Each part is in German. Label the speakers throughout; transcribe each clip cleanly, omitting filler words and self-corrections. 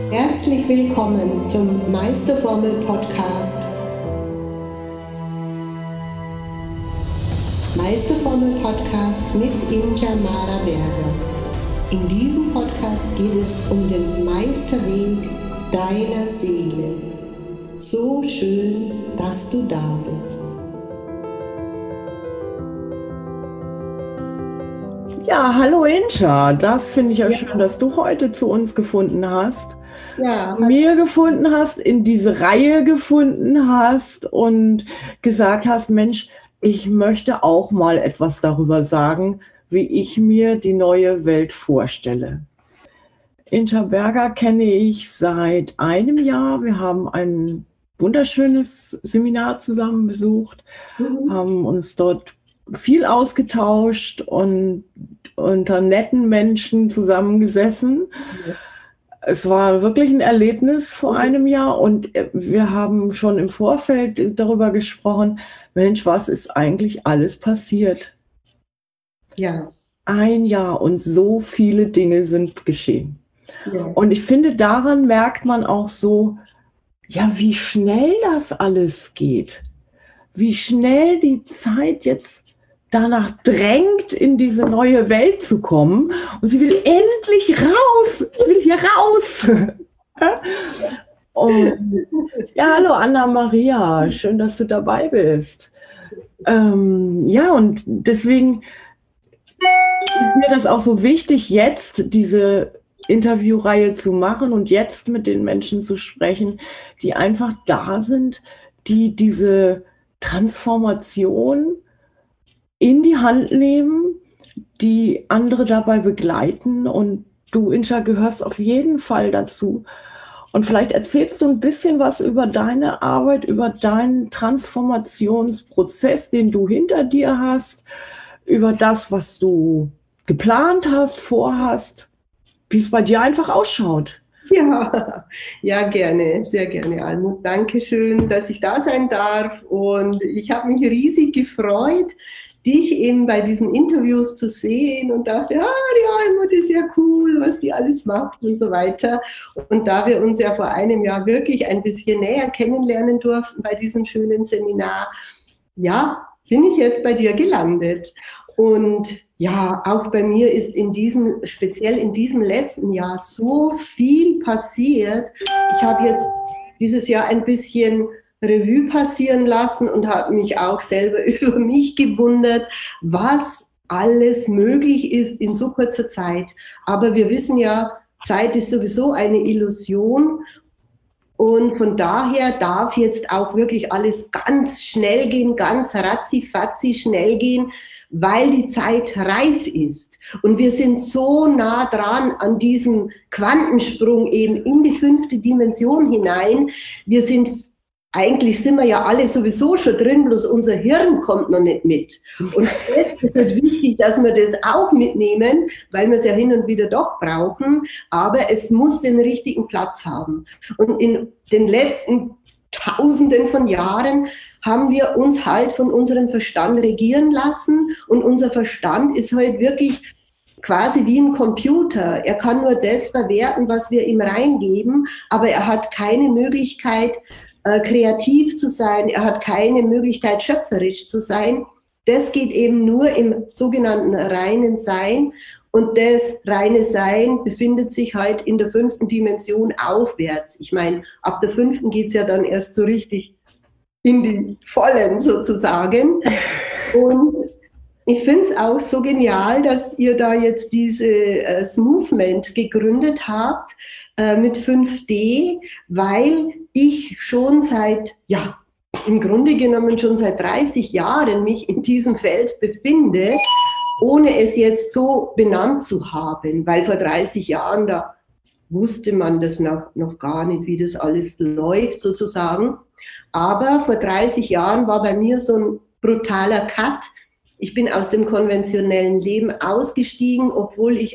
Speaker 1: Herzlich willkommen zum Meisterformel Podcast. Meisterformel Podcast mit Inja Mara Berger. In diesem Podcast geht es um den Meisterweg deiner Seele. So schön, dass du da bist.
Speaker 2: Ja, hallo Inja, das finde ich ja schön, dass du heute zu uns gefunden hast.
Speaker 1: Ja,
Speaker 2: Mir gefunden hast, in diese Reihe gefunden hast und gesagt hast, Mensch, ich möchte auch mal etwas darüber sagen, wie ich mir die neue Welt vorstelle. Inja Berger kenne ich seit einem Jahr. Wir haben ein wunderschönes Seminar zusammen besucht, haben uns dort viel ausgetauscht und unter netten Menschen zusammengesessen. Es war wirklich ein Erlebnis vor einem Jahr und wir haben schon im Vorfeld darüber gesprochen, Mensch, was ist eigentlich alles passiert?
Speaker 1: ja.
Speaker 2: Ein Jahr und so viele Dinge sind geschehen.
Speaker 1: Ja.
Speaker 2: Und ich finde, daran merkt man auch so, ja, wie schnell das alles geht. Wie schnell die Zeit jetzt danach drängt, in diese neue Welt zu kommen. Und sie will endlich raus. Ich will hier raus. Und, ja, hallo Anna-Maria. Schön, dass du dabei bist. Ja, und deswegen ist mir das auch so wichtig, jetzt diese Interviewreihe zu machen und jetzt mit den Menschen zu sprechen, die einfach da sind, die diese Transformation in die Hand nehmen, die andere dabei begleiten. Und du, Inja, gehörst auf jeden Fall dazu. Und vielleicht erzählst du ein bisschen was über deine Arbeit, über deinen Transformationsprozess, den du hinter dir hast, über das, was du geplant hast, vorhast, wie es bei dir einfach ausschaut.
Speaker 1: Ja, gerne, sehr gerne, Almut. Dankeschön, dass ich da sein darf. Und ich habe mich riesig gefreut, dich eben bei diesen Interviews zu sehen und dachte, die Almut ist ja cool, was die alles macht und so weiter. Und da wir uns ja vor einem Jahr wirklich ein bisschen näher kennenlernen durften bei diesem schönen Seminar, ja, bin ich jetzt bei dir gelandet. Und ja, auch bei mir ist speziell in diesem letzten Jahr so viel passiert. Ich habe jetzt dieses Jahr ein bisschen Revue passieren lassen und habe mich auch selber über mich gewundert, was alles möglich ist in so kurzer Zeit. Aber wir wissen ja, Zeit ist sowieso eine Illusion. Und von daher darf jetzt auch wirklich alles ganz schnell gehen, ganz ratzifatzi schnell gehen, weil die Zeit reif ist. Und wir sind so nah dran an diesem Quantensprung eben in die 5. Dimension hinein. Eigentlich sind wir ja alle sowieso schon drin, bloß unser Hirn kommt noch nicht mit. Und es ist halt wichtig, dass wir das auch mitnehmen, weil wir es ja hin und wieder doch brauchen. Aber es muss den richtigen Platz haben. Und in den letzten Tausenden von Jahren haben wir uns halt von unserem Verstand regieren lassen. Und unser Verstand ist halt wirklich quasi wie ein Computer. Er kann nur das verwerten, was wir ihm reingeben, aber er hat keine Möglichkeit, kreativ zu sein, er hat keine Möglichkeit, schöpferisch zu sein. Das geht eben nur im sogenannten reinen Sein. Und das reine Sein befindet sich halt in der 5. Dimension aufwärts. Ich meine, ab der 5. geht es ja dann erst so richtig in die Vollen sozusagen. Und ich finde es auch so genial, dass ihr da jetzt dieses Movement gegründet habt mit 5D, weil ich schon im Grunde genommen schon seit 30 Jahren mich in diesem Feld befinde, ohne es jetzt so benannt zu haben, weil vor 30 Jahren, da wusste man das noch gar nicht, wie das alles läuft sozusagen. Aber vor 30 Jahren war bei mir so ein brutaler Cut. Ich bin aus dem konventionellen Leben ausgestiegen, obwohl ich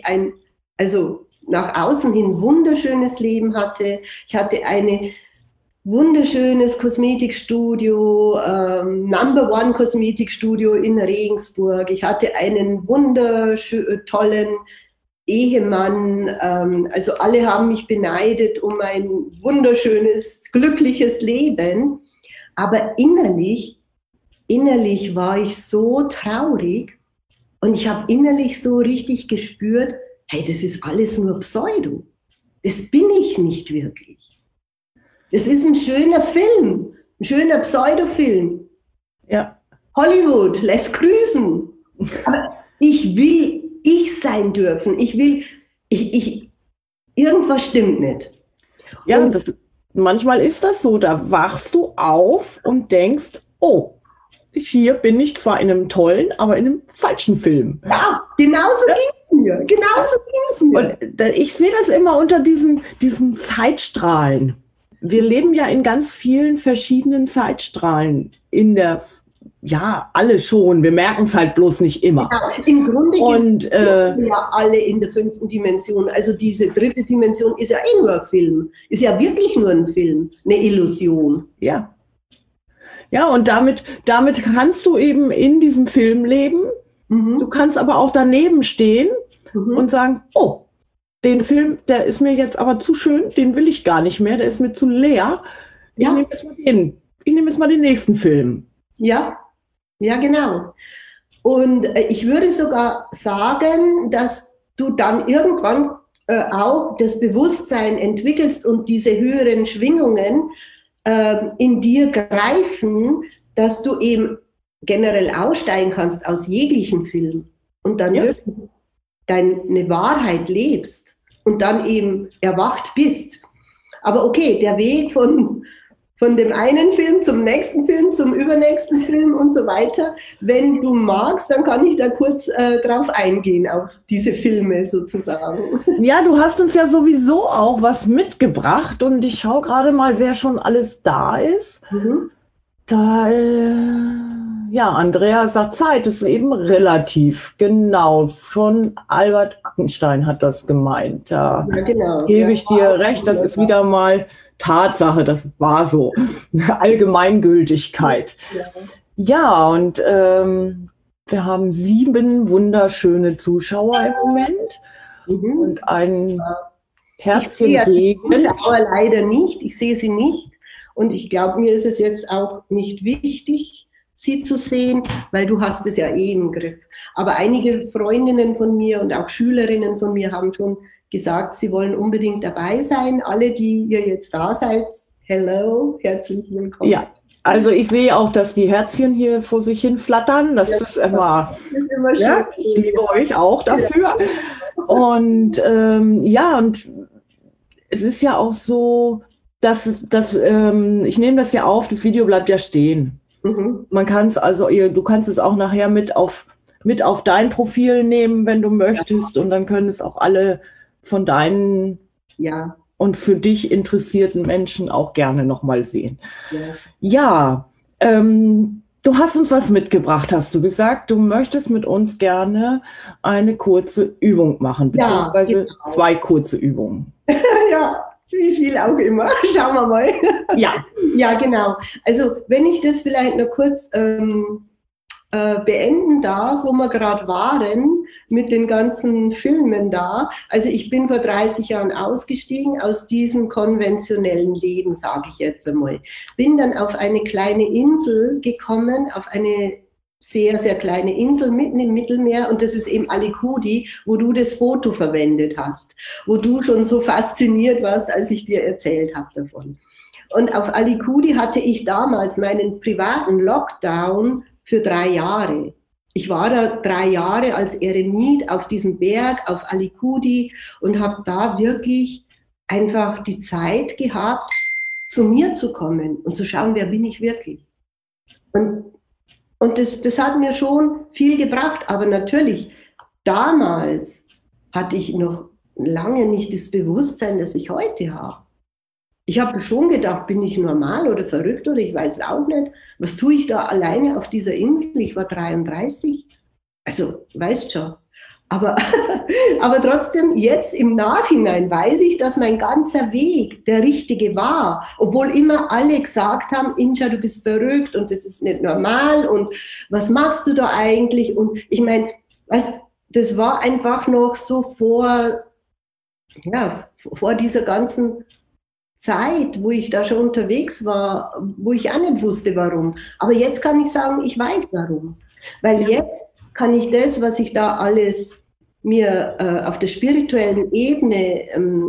Speaker 1: nach außen hin wunderschönes Leben hatte. Ich hatte ein wunderschönes Kosmetikstudio, Number One Kosmetikstudio in Regensburg. Ich hatte einen tollen Ehemann, also alle haben mich beneidet um ein wunderschönes, glückliches Leben. Aber innerlich war ich so traurig und ich habe innerlich so richtig gespürt, hey, das ist alles nur Pseudo. Das bin ich nicht wirklich. Das ist ein schöner Film, ein schöner Pseudofilm.
Speaker 2: Ja.
Speaker 1: Hollywood lässt grüßen. Aber ich will ich sein dürfen. Irgendwas stimmt nicht.
Speaker 2: Ja, manchmal ist das so. Da wachst du auf und denkst, oh, hier bin ich zwar in einem tollen, aber in einem falschen Film.
Speaker 1: Ja, genauso ging es mir.
Speaker 2: Und ich sehe das immer unter diesen Zeitstrahlen. Wir leben ja in ganz vielen verschiedenen Zeitstrahlen alle schon. Wir merken es halt bloß nicht immer.
Speaker 1: Genau. Im Grunde sind wir ja alle in der 5. Dimension. Also diese 3. Dimension ist ja nur ein Film. Ist ja wirklich nur ein Film, eine Illusion.
Speaker 2: Ja. Ja, und damit kannst du eben in diesem Film leben. Mhm. Du kannst aber auch daneben stehen und sagen, oh, den Film, der ist mir jetzt aber zu schön, den will ich gar nicht mehr, der ist mir zu leer. Ich nehme jetzt mal den nächsten Film.
Speaker 1: Ja, genau. Und ich würde sogar sagen, dass du dann irgendwann auch das Bewusstsein entwickelst und diese höheren Schwingungen in dir wirklich dass du eben generell aussteigen kannst aus jeglichem Film und dann wirklich deine Wahrheit lebst und dann eben erwacht bist. Aber okay, der Weg von dem einen Film zum nächsten Film, zum übernächsten Film und so weiter. Wenn du magst, dann kann ich da kurz drauf eingehen, auf diese Filme sozusagen.
Speaker 2: Ja, du hast uns ja sowieso auch was mitgebracht und ich schaue gerade mal, wer schon alles da ist. Mhm. Andrea sagt, Zeit ist eben relativ. Genau, schon Albert Einstein hat das gemeint. Da gebe ich dir recht, das ist wieder mal Tatsache, das war so. Allgemeingültigkeit. Ja, und wir haben 7 wunderschöne Zuschauer im Moment und ein Herzchen.
Speaker 1: Ich sehe leider nicht, ich sehe sie nicht. Und ich glaube, mir ist es jetzt auch nicht wichtig, sie zu sehen, weil du hast es ja im Griff. Aber einige Freundinnen von mir und auch Schülerinnen von mir haben schon gesagt, sie wollen unbedingt dabei sein. Alle, die ihr jetzt da seid, hello, herzlich willkommen.
Speaker 2: Ja, also ich sehe auch, dass die Herzchen hier vor sich hin flattern. Das ist immer schön. Ja, ich liebe euch auch dafür. Und und es ist ja auch so, ich nehme das ja auf, das Video bleibt ja stehen. Man kann es du kannst es auch nachher mit auf dein Profil nehmen, wenn du möchtest, und dann können es auch alle von deinen und für dich interessierten Menschen auch gerne nochmal sehen. Ja, du hast uns was mitgebracht, hast du gesagt. Du möchtest mit uns gerne eine kurze Übung machen, beziehungsweise 2 kurze Übungen.
Speaker 1: Ja. Wie viel auch immer. Schauen wir mal. Ja, genau. Also wenn ich das vielleicht noch kurz beenden darf, wo wir gerade waren mit den ganzen Filmen da. Also ich bin vor 30 Jahren ausgestiegen aus diesem konventionellen Leben, sage ich jetzt einmal. Bin dann auf eine kleine Insel gekommen, auf eine sehr, sehr kleine Insel mitten im Mittelmeer, und das ist eben Alicudi, wo du das Foto verwendet hast, wo du schon so fasziniert warst, als ich dir erzählt habe davon. Und auf Alicudi hatte ich damals meinen privaten Lockdown für 3 Jahre. Ich war da 3 Jahre als Eremit auf diesem Berg, auf Alicudi, und habe da wirklich einfach die Zeit gehabt, zu mir zu kommen und zu schauen, wer bin ich wirklich. Und das hat mir schon viel gebracht, aber natürlich, damals hatte ich noch lange nicht das Bewusstsein, das ich heute habe. Ich habe schon gedacht, bin ich normal oder verrückt oder ich weiß auch nicht. Was tue ich da alleine auf dieser Insel? Ich war 33. Also, weißt schon. Aber trotzdem, jetzt im Nachhinein weiß ich, dass mein ganzer Weg der richtige war. Obwohl immer alle gesagt haben, Inja, du bist verrückt und das ist nicht normal und was machst du da eigentlich? Und ich meine, weißt, das war einfach noch so vor dieser ganzen Zeit, wo ich da schon unterwegs war, wo ich auch nicht wusste, warum. Aber jetzt kann ich sagen, ich weiß warum. Weil jetzt kann ich das, was ich da alles mir auf der spirituellen Ebene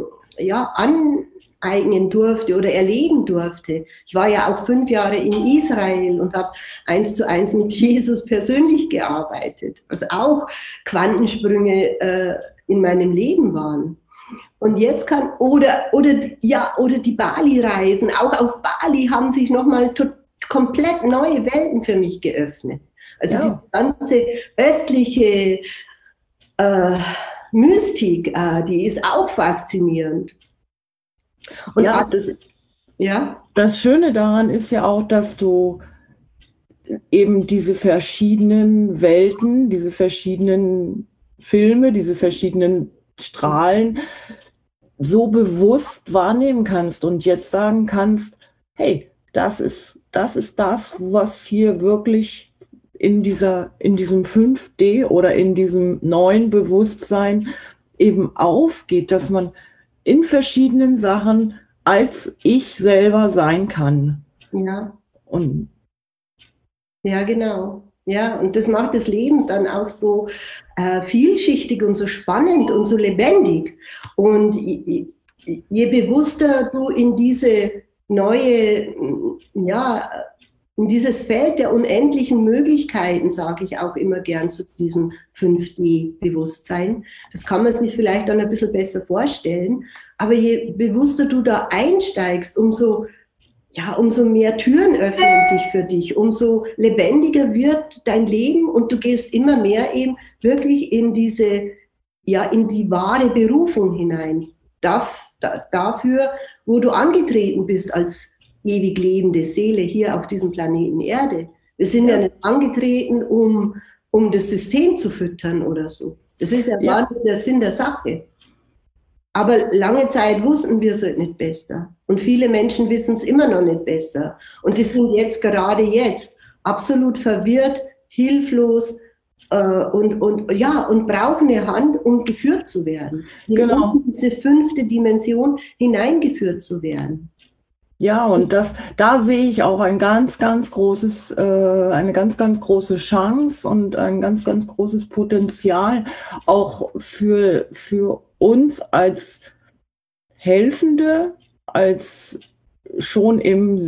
Speaker 1: aneignen durfte oder erleben durfte. Ich war ja auch 5 Jahre in Israel und habe 1:1 mit Jesus persönlich gearbeitet, was auch Quantensprünge in meinem Leben waren. Und jetzt kann, oder die Bali-Reisen, auch auf Bali haben sich nochmal komplett neue Welten für mich geöffnet. Also die ganze östliche Mystik, die ist auch faszinierend. Und
Speaker 2: das Schöne daran ist ja auch, dass du eben diese verschiedenen Welten, diese verschiedenen Filme, diese verschiedenen Strahlen so bewusst wahrnehmen kannst und jetzt sagen kannst, hey, das ist das, was hier wirklich in diesem 5D oder in diesem neuen Bewusstsein eben aufgeht, dass man in verschiedenen Sachen als ich selber sein kann.
Speaker 1: Ja. Ja, genau. Ja, und das macht das Leben dann auch so vielschichtig und so spannend und so lebendig. Und je bewusster du in diese neue, in dieses Feld der unendlichen Möglichkeiten, sage ich auch immer gern zu diesem 5D-Bewusstsein. Das kann man sich vielleicht dann ein bisschen besser vorstellen. Aber je bewusster du da einsteigst, umso mehr Türen öffnen sich für dich, umso lebendiger wird dein Leben und du gehst immer mehr eben wirklich in die wahre Berufung hinein. Dafür, wo du angetreten bist als ewig lebende Seele hier auf diesem Planeten Erde. Wir sind ja nicht angetreten, um das System zu füttern oder so. Das ist ja gar nicht der Sinn der Sache. Aber lange Zeit wussten wir es halt nicht besser. Und viele Menschen wissen es immer noch nicht besser. Und die sind gerade jetzt absolut verwirrt, hilflos und brauchen eine Hand, um geführt zu werden.
Speaker 2: Genau.
Speaker 1: In diese 5. Dimension hineingeführt zu werden.
Speaker 2: Ja, und da sehe ich auch eine ganz, ganz große Chance und ein ganz, ganz großes Potenzial auch für uns als Helfende, als schon im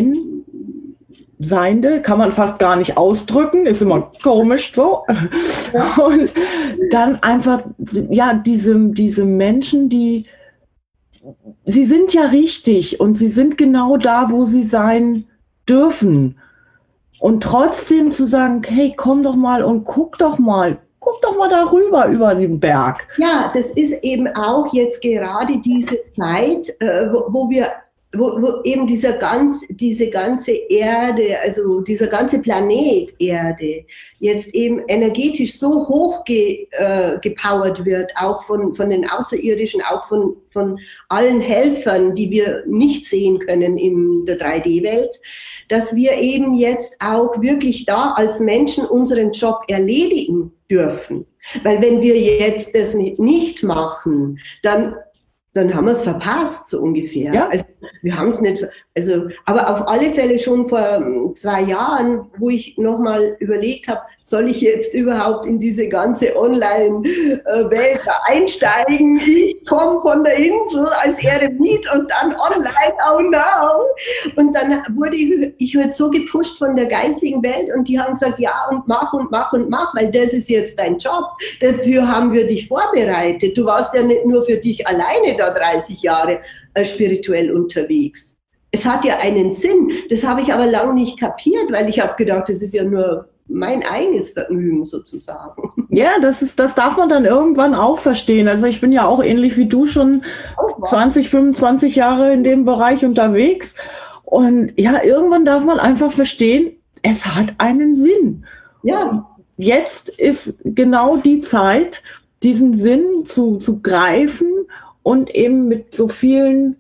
Speaker 2: Seiende, kann man fast gar nicht ausdrücken, ist immer komisch so. Ja. Und dann einfach, diese Menschen, sie sind ja richtig und sie sind genau da, wo sie sein dürfen. Und trotzdem zu sagen, hey, komm doch mal und guck doch mal darüber, über den Berg.
Speaker 1: Ja, das ist eben auch jetzt gerade diese Zeit, wo eben diese ganze Erde, also dieser ganze Planet Erde, jetzt eben energetisch so hoch gepowert wird, auch von den Außerirdischen, auch von allen Helfern, die wir nicht sehen können in der 3D-Welt, dass wir eben jetzt auch wirklich da als Menschen unseren Job erledigen dürfen. Weil wenn wir jetzt das nicht machen, dann haben wir es verpasst, so ungefähr.
Speaker 2: Ja.
Speaker 1: Also wir haben es nicht, aber auf alle Fälle schon vor 2 Jahren, wo ich nochmal überlegt habe, soll ich jetzt überhaupt in diese ganze Online-Welt einsteigen? Ich komme von der Insel als Eremit und dann online, oh no! Und dann wurde ich halt so gepusht von der geistigen Welt und die haben gesagt, ja und mach, weil das ist jetzt dein Job. Dafür haben wir dich vorbereitet. Du warst ja nicht nur für dich alleine da 30 Jahre spirituell unterwegs. Es hat ja einen Sinn. Das habe ich aber lange nicht kapiert, weil ich habe gedacht, das ist ja nur mein eigenes Vergnügen sozusagen.
Speaker 2: Ja, das darf man dann irgendwann auch verstehen. Also ich bin ja auch ähnlich wie du schon 20, 25 Jahre in dem Bereich unterwegs. Und ja, irgendwann darf man einfach verstehen, es hat einen Sinn.
Speaker 1: Ja.
Speaker 2: Jetzt ist genau die Zeit, diesen Sinn zu greifen und eben mit so viel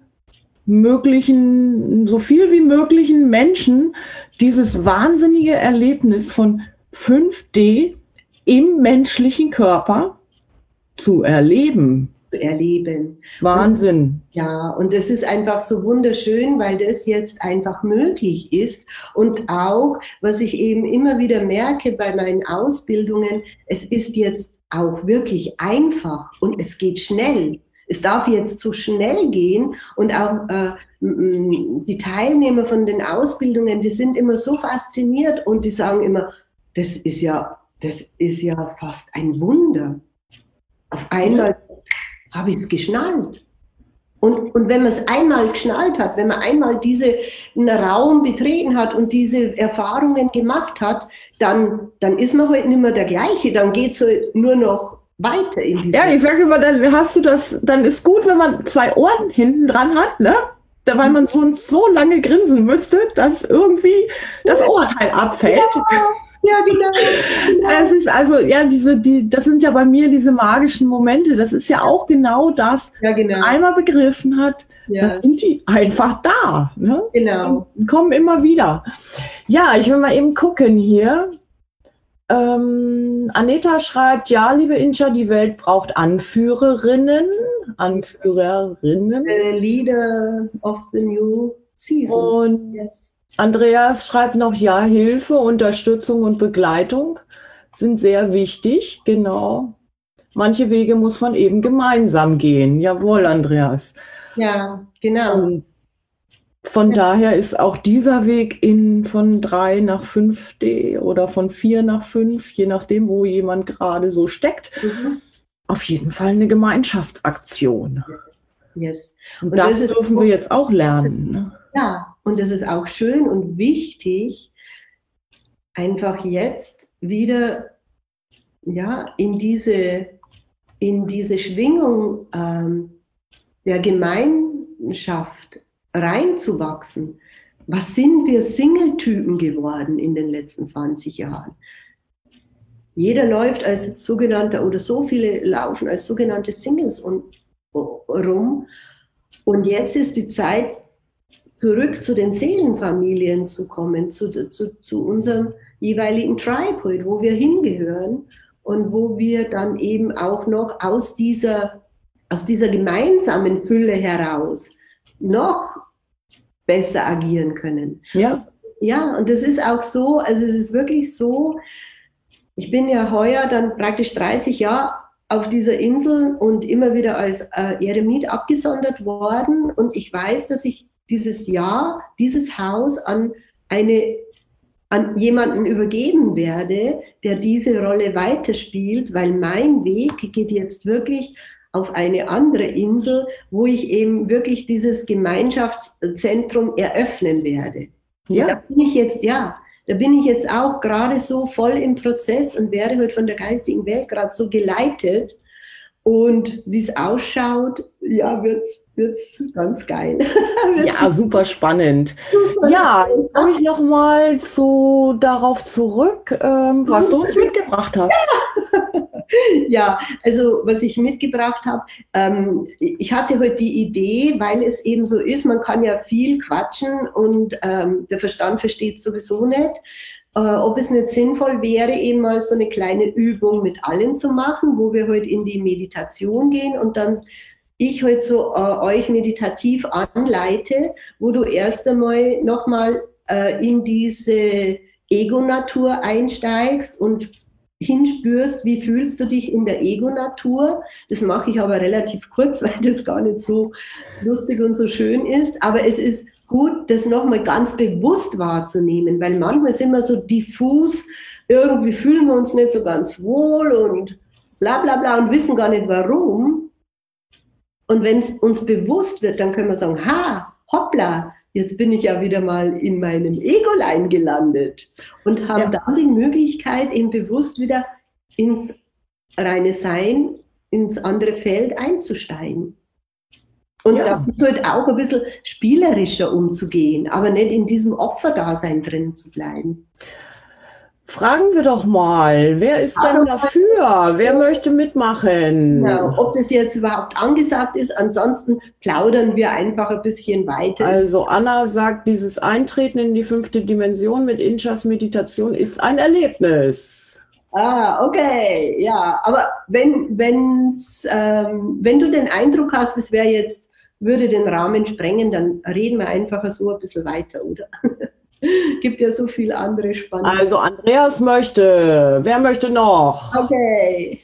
Speaker 2: wie möglichen Menschen dieses wahnsinnige Erlebnis von 5D im menschlichen Körper zu erleben. Wahnsinn.
Speaker 1: Ja, und das ist einfach so wunderschön, weil das jetzt einfach möglich ist. Und auch, was ich eben immer wieder merke bei meinen Ausbildungen, es ist jetzt auch wirklich einfach und es geht schnell. Es darf jetzt so schnell gehen und auch die Teilnehmer von den Ausbildungen, die sind immer so fasziniert und die sagen immer, das ist ja fast ein Wunder. Auf einmal habe ich es geschnallt. Und wenn man es einmal geschnallt hat, wenn man einmal diesen Raum betreten hat und diese Erfahrungen gemacht hat, dann ist man halt nicht mehr der gleiche. Dann geht es halt nur noch weiter in diese.
Speaker 2: Ja, ich sage immer, dann ist gut, wenn man 2 Ohren hinten dran hat, ne? Weil man sonst so lange grinsen müsste, dass irgendwie das Ohrteil abfällt.
Speaker 1: Ja, genau.
Speaker 2: Es ist also, ja, das sind ja bei mir diese magischen Momente. Das ist ja auch genau das,
Speaker 1: ja, genau.
Speaker 2: was man einmal begriffen hat, dann sind die einfach da. Ne?
Speaker 1: Genau.
Speaker 2: Und kommen immer wieder. Ja, ich will mal eben gucken hier. Aneta schreibt, ja, liebe Incha, die Welt braucht Anführerinnen.
Speaker 1: Leader of the new season.
Speaker 2: Und Andreas schreibt noch, ja, Hilfe, Unterstützung und Begleitung sind sehr wichtig, genau. Manche Wege muss man eben gemeinsam gehen. Jawohl, Andreas.
Speaker 1: Ja, genau.
Speaker 2: Und von daher ist auch dieser Weg von 3 nach 5D oder von 4 nach 5, je nachdem, wo jemand gerade so steckt, auf jeden Fall eine Gemeinschaftsaktion.
Speaker 1: Yes.
Speaker 2: Und das dürfen wir jetzt auch lernen. Ne?
Speaker 1: Ja, und das ist auch schön und wichtig, einfach jetzt wieder in diese Schwingung der Gemeinschaft reinzuwachsen. Was sind wir Single-Typen geworden in den letzten 20 Jahren? Jeder läuft als sogenannter, oder so viele laufen als sogenannte Singles rum. Und jetzt ist die Zeit, zurück zu den Seelenfamilien zu kommen, zu unserem jeweiligen Tribe, wo wir hingehören und wo wir dann eben auch noch aus dieser gemeinsamen Fülle heraus noch besser agieren können.
Speaker 2: Ja.
Speaker 1: Ja, und das ist auch so, also es ist wirklich so, ich bin ja heuer dann praktisch 30 Jahre auf dieser Insel und immer wieder als Eremit abgesondert worden und ich weiß, dass ich dieses Haus an jemanden übergeben werde, der diese Rolle weiterspielt, weil mein Weg geht jetzt wirklich auf eine andere Insel, wo ich eben wirklich dieses Gemeinschaftszentrum eröffnen werde.
Speaker 2: Ja.
Speaker 1: Da bin ich jetzt auch gerade so voll im Prozess und werde heute von der geistigen Welt gerade so geleitet. Und wie es ausschaut, ja, wird's ganz geil.
Speaker 2: Ja, super spannend. Ja, jetzt komme ich nochmal darauf zurück, was du uns mitgebracht hast.
Speaker 1: Ja, also was ich mitgebracht habe, ich hatte heute die Idee, weil es eben so ist, man kann ja viel quatschen und der Verstand versteht sowieso nicht. Ob es nicht sinnvoll wäre, eben mal so eine kleine Übung mit allen zu machen, wo wir heute in die Meditation gehen und dann ich heute so euch meditativ anleite, wo du erst einmal nochmal in diese Ego-Natur einsteigst und hinspürst, wie fühlst du dich in der Ego-Natur. Das mache ich aber relativ kurz, weil das gar nicht so lustig und so schön ist, aber es ist gut, das nochmal ganz bewusst wahrzunehmen, weil manchmal sind wir so diffus, irgendwie fühlen wir uns nicht so ganz wohl und bla bla bla und wissen gar nicht warum. Und wenn es uns bewusst wird, dann können wir sagen, hoppla, jetzt bin ich ja wieder mal in meinem Egolein gelandet und haben dann die Möglichkeit, eben bewusst wieder ins reine Sein, ins andere Feld einzusteigen. Und da wird auch ein bisschen spielerischer umzugehen, aber nicht in diesem Opferdasein drin zu bleiben.
Speaker 2: Fragen wir doch mal, wer ist denn dafür? Wer möchte mitmachen?
Speaker 1: Genau, ob das jetzt überhaupt angesagt ist, ansonsten plaudern wir einfach ein bisschen weiter.
Speaker 2: Also Anna sagt, dieses Eintreten in die 5. Dimension mit Inchas Meditation ist ein Erlebnis.
Speaker 1: Okay, ja. Aber wenn du den Eindruck hast, es wäre jetzt, würde den Rahmen sprengen, dann reden wir einfach so ein bisschen weiter, oder? Gibt ja so viele andere spannende.
Speaker 2: Also Andreas möchte. Wer möchte noch?
Speaker 1: Okay.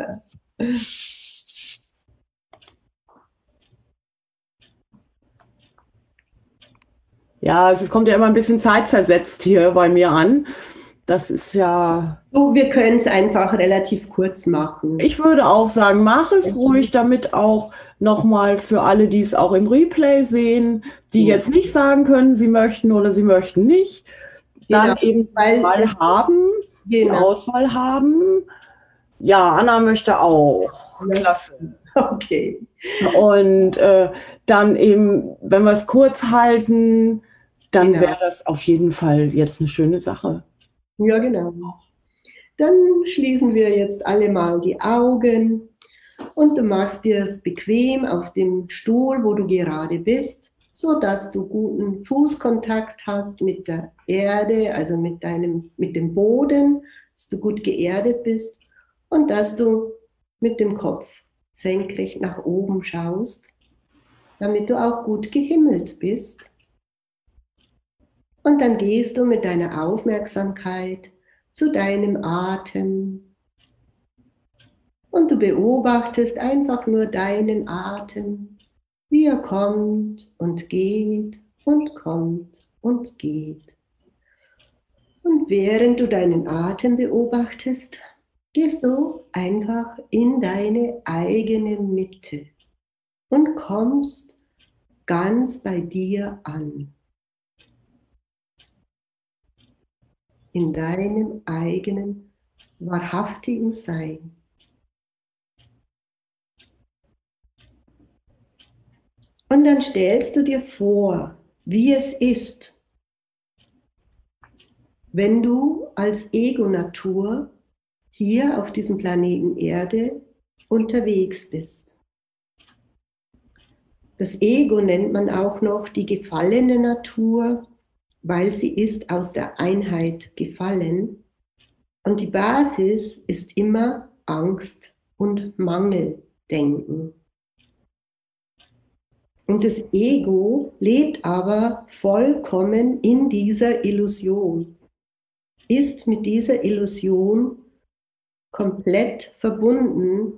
Speaker 2: Ja, es kommt ja immer ein bisschen zeitversetzt hier bei mir an. Das ist ja.
Speaker 1: So, wir können es einfach relativ kurz machen.
Speaker 2: Ich würde auch sagen, mach es ruhig, damit auch nochmal für alle, die es auch im Replay sehen, die
Speaker 1: Ja,
Speaker 2: jetzt nicht sagen können, sie möchten oder sie möchten nicht,
Speaker 1: genau,
Speaker 2: dann eben
Speaker 1: weil
Speaker 2: mal haben, die
Speaker 1: genau.
Speaker 2: Auswahl haben. Ja, Anna möchte auch.
Speaker 1: Ja.
Speaker 2: Klasse.
Speaker 1: Okay.
Speaker 2: Und dann eben, wenn wir es kurz halten, dann
Speaker 1: Genau.
Speaker 2: wäre das auf jeden Fall jetzt eine schöne Sache.
Speaker 1: Ja, genau. Dann schließen wir jetzt alle mal die Augen und du machst dir es bequem auf dem Stuhl, wo du gerade bist, so dass du guten Fußkontakt hast mit der Erde, also mit dem Boden, dass du gut geerdet bist und dass du mit dem Kopf senkrecht nach oben schaust, damit du auch gut gehimmelt bist. Und dann gehst du mit deiner Aufmerksamkeit zu deinem Atem und du beobachtest einfach nur deinen Atem, wie er kommt und geht und kommt und geht. Und während du deinen Atem beobachtest, gehst du einfach in deine eigene Mitte und kommst ganz bei dir an, in deinem eigenen wahrhaftigen Sein. Und dann stellst du dir vor, wie es ist, wenn du als Ego-Natur hier auf diesem Planeten Erde unterwegs bist. Das Ego nennt man auch noch die gefallene Natur, weil sie ist aus der Einheit gefallen. Und die Basis ist immer Angst und Mangeldenken. Und das Ego lebt aber vollkommen in dieser Illusion, ist mit dieser Illusion komplett verbunden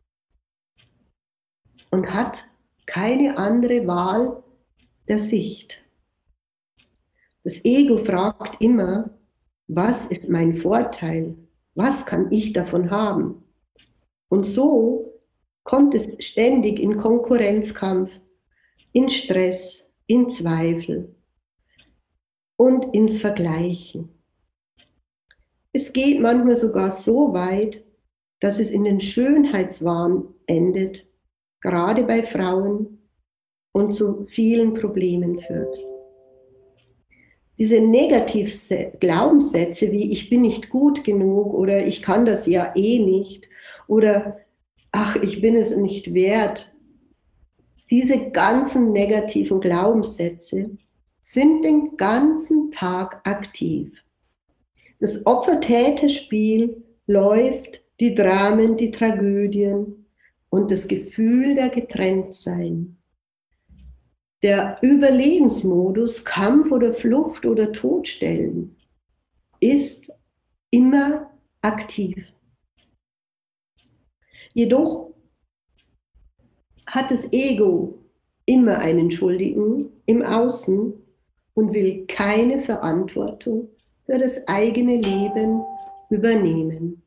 Speaker 1: und hat keine andere Wahl der Sicht. Das Ego fragt immer, was ist mein Vorteil? Was kann ich davon haben? Und so kommt es ständig in Konkurrenzkampf, in Stress, in Zweifel und ins Vergleichen. Es geht manchmal sogar so weit, dass es in den Schönheitswahn endet, gerade bei Frauen, und zu vielen Problemen führt. Diese Glaubenssätze wie ich bin nicht gut genug oder ich kann das ja eh nicht oder ach, ich bin es nicht wert, diese ganzen negativen Glaubenssätze sind den ganzen Tag aktiv. Das Opfer-Täter-Spiel läuft, die Dramen, die Tragödien und das Gefühl der Getrenntsein. Der Überlebensmodus, Kampf oder Flucht oder Todstellen, ist immer aktiv. Jedoch hat das Ego immer einen Schuldigen im Außen und will keine Verantwortung für das eigene Leben übernehmen.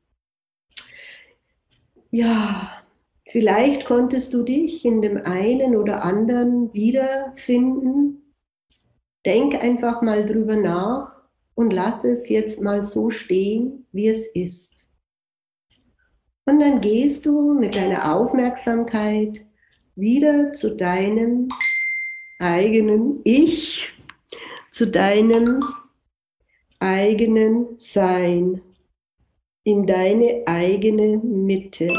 Speaker 1: Ja, vielleicht konntest du dich in dem einen oder anderen wiederfinden. Denk einfach mal drüber nach und lass es jetzt mal so stehen, wie es ist. Und dann gehst du mit deiner Aufmerksamkeit wieder zu deinem eigenen Ich, zu deinem eigenen Sein, in deine eigene Mitte.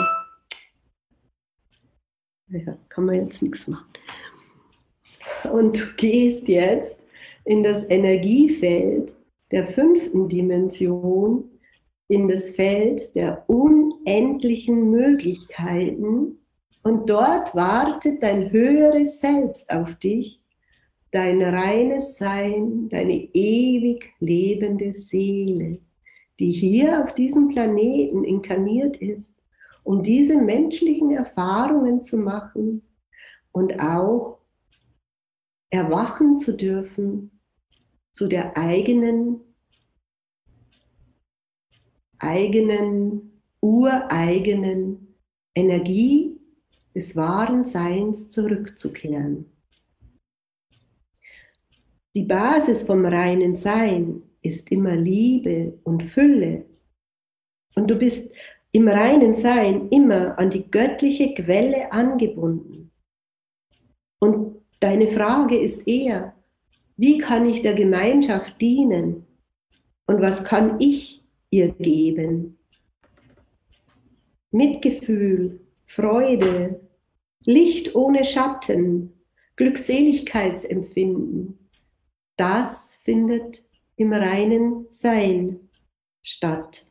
Speaker 1: Ja, kann man jetzt nichts machen. Und du gehst jetzt in das Energiefeld der 5. Dimension in das Feld der unendlichen Möglichkeiten und dort wartet dein höheres Selbst auf dich, dein reines Sein, deine ewig lebende Seele, die hier auf diesem Planeten inkarniert ist, um diese menschlichen Erfahrungen zu machen und auch erwachen zu dürfen zu der eigenen, ureigenen Energie des wahren Seins zurückzukehren. Die Basis vom reinen Sein ist immer Liebe und Fülle. Und du bist im reinen Sein immer an die göttliche Quelle angebunden. Und deine Frage ist eher, wie kann ich der Gemeinschaft dienen? Und was kann ich ihr geben? Mitgefühl, Freude, Licht ohne Schatten, Glückseligkeitsempfinden. Das findet im reinen Sein statt.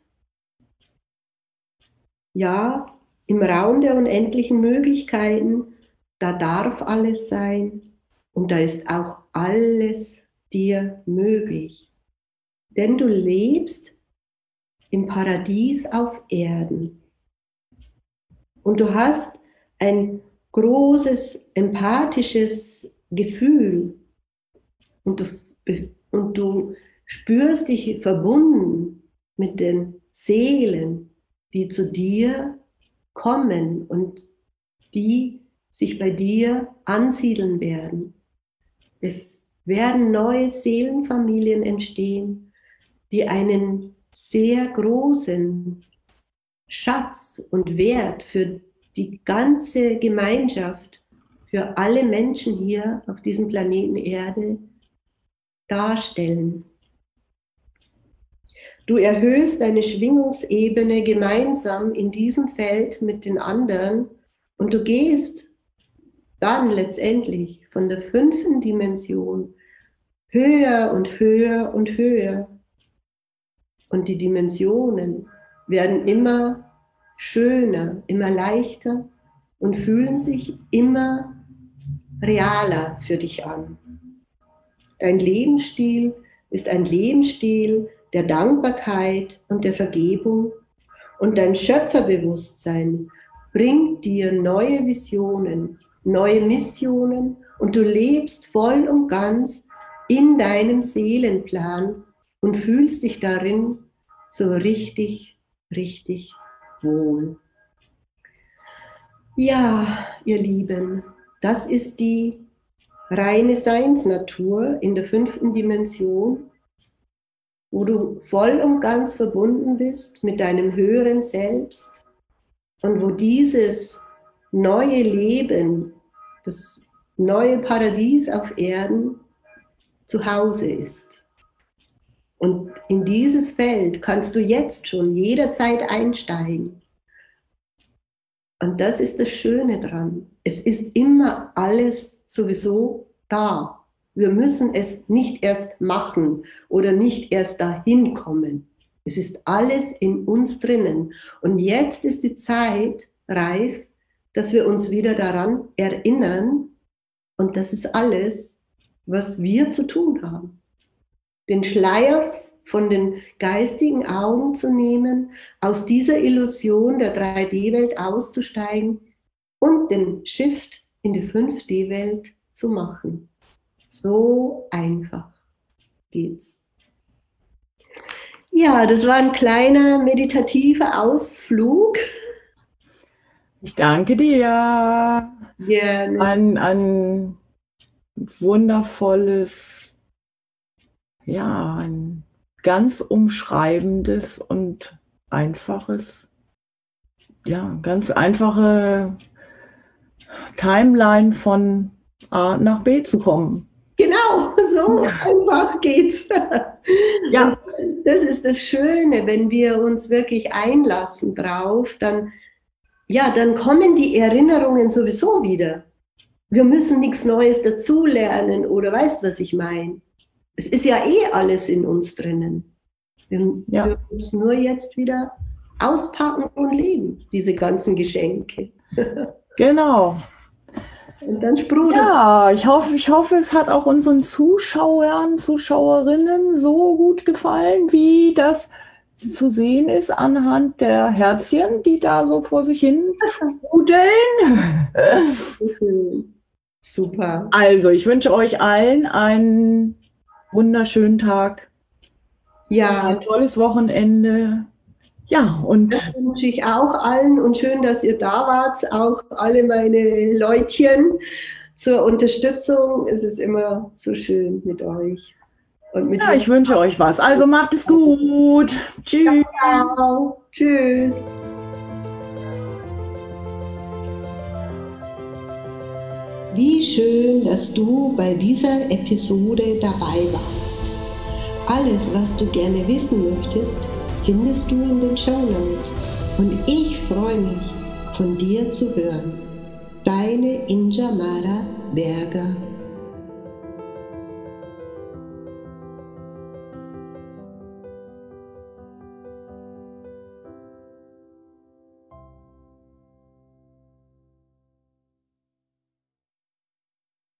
Speaker 1: Ja, im Raum der unendlichen Möglichkeiten, da darf alles sein und da ist auch alles dir möglich. Denn du lebst im Paradies auf Erden. Und du hast ein großes empathisches Gefühl und du spürst dich verbunden mit den Seelen, die zu dir kommen und die sich bei dir ansiedeln werden. Es werden neue Seelenfamilien entstehen, die einen sehr großen Schatz und Wert für die ganze Gemeinschaft, für alle Menschen hier auf diesem Planeten Erde darstellen. Du erhöhst deine Schwingungsebene gemeinsam in diesem Feld mit den anderen und du gehst dann letztendlich von der 5. Dimension höher und höher und höher. Und die Dimensionen werden immer schöner, immer leichter und fühlen sich immer realer für dich an. Dein Lebensstil ist ein Lebensstil der Dankbarkeit und der Vergebung und dein Schöpferbewusstsein bringt dir neue Visionen, neue Missionen und du lebst voll und ganz in deinem Seelenplan und fühlst dich darin so richtig, richtig wohl. Ja, ihr Lieben, das ist die reine Seinsnatur in der 5. Dimension, wo du voll und ganz verbunden bist mit deinem höheren Selbst und wo dieses neue Leben, das neue Paradies auf Erden zu Hause ist. Und in dieses Feld kannst du jetzt schon jederzeit einsteigen. Und das ist das Schöne dran. Es ist immer alles sowieso da. Wir müssen es nicht erst machen oder nicht erst dahin kommen. Es ist alles in uns drinnen. Und jetzt ist die Zeit reif, dass wir uns wieder daran erinnern. Und das ist alles, was wir zu tun haben. Den Schleier von den geistigen Augen zu nehmen, aus dieser Illusion der 3D-Welt auszusteigen und den Shift in die 5D-Welt zu machen. So einfach geht's. Ja, das war ein kleiner meditativer Ausflug.
Speaker 2: Ich danke dir.
Speaker 1: Gerne.
Speaker 2: Ein wundervolles, ja, ein ganz umschreibendes und einfaches, ja, ganz einfache Timeline von A nach B zu kommen.
Speaker 1: Genau, so einfach geht's.
Speaker 2: Ja.
Speaker 1: Und das ist das Schöne, wenn wir uns wirklich einlassen drauf, dann kommen die Erinnerungen sowieso wieder. Wir müssen nichts Neues dazulernen oder weißt, was ich meine. Es ist ja eh alles in uns drinnen. Wir dürfen es nur jetzt wieder auspacken und leben, diese ganzen Geschenke.
Speaker 2: Genau.
Speaker 1: Und dann sprudelt.
Speaker 2: Ja, ich hoffe, es hat auch unseren Zuschauern, Zuschauerinnen so gut gefallen, wie das zu sehen ist anhand der Herzchen, die da so vor sich hin sprudeln.
Speaker 1: Super.
Speaker 2: Also, ich wünsche euch allen einen wunderschönen Tag.
Speaker 1: Ja.
Speaker 2: Ein tolles Wochenende. Ja, und
Speaker 1: das wünsche ich auch allen und schön, dass ihr da wart, auch alle meine Leutchen zur Unterstützung. Es ist immer so schön mit euch. Und mit
Speaker 2: ich wünsche euch was. Also macht es gut. Tschüss.
Speaker 1: Ciao. Tschüss. Wie schön, dass du bei dieser Episode dabei warst. Alles, was du gerne wissen möchtest, findest du in den Shownotes. Und ich freue mich, von dir zu hören. Deine Injamara Berger.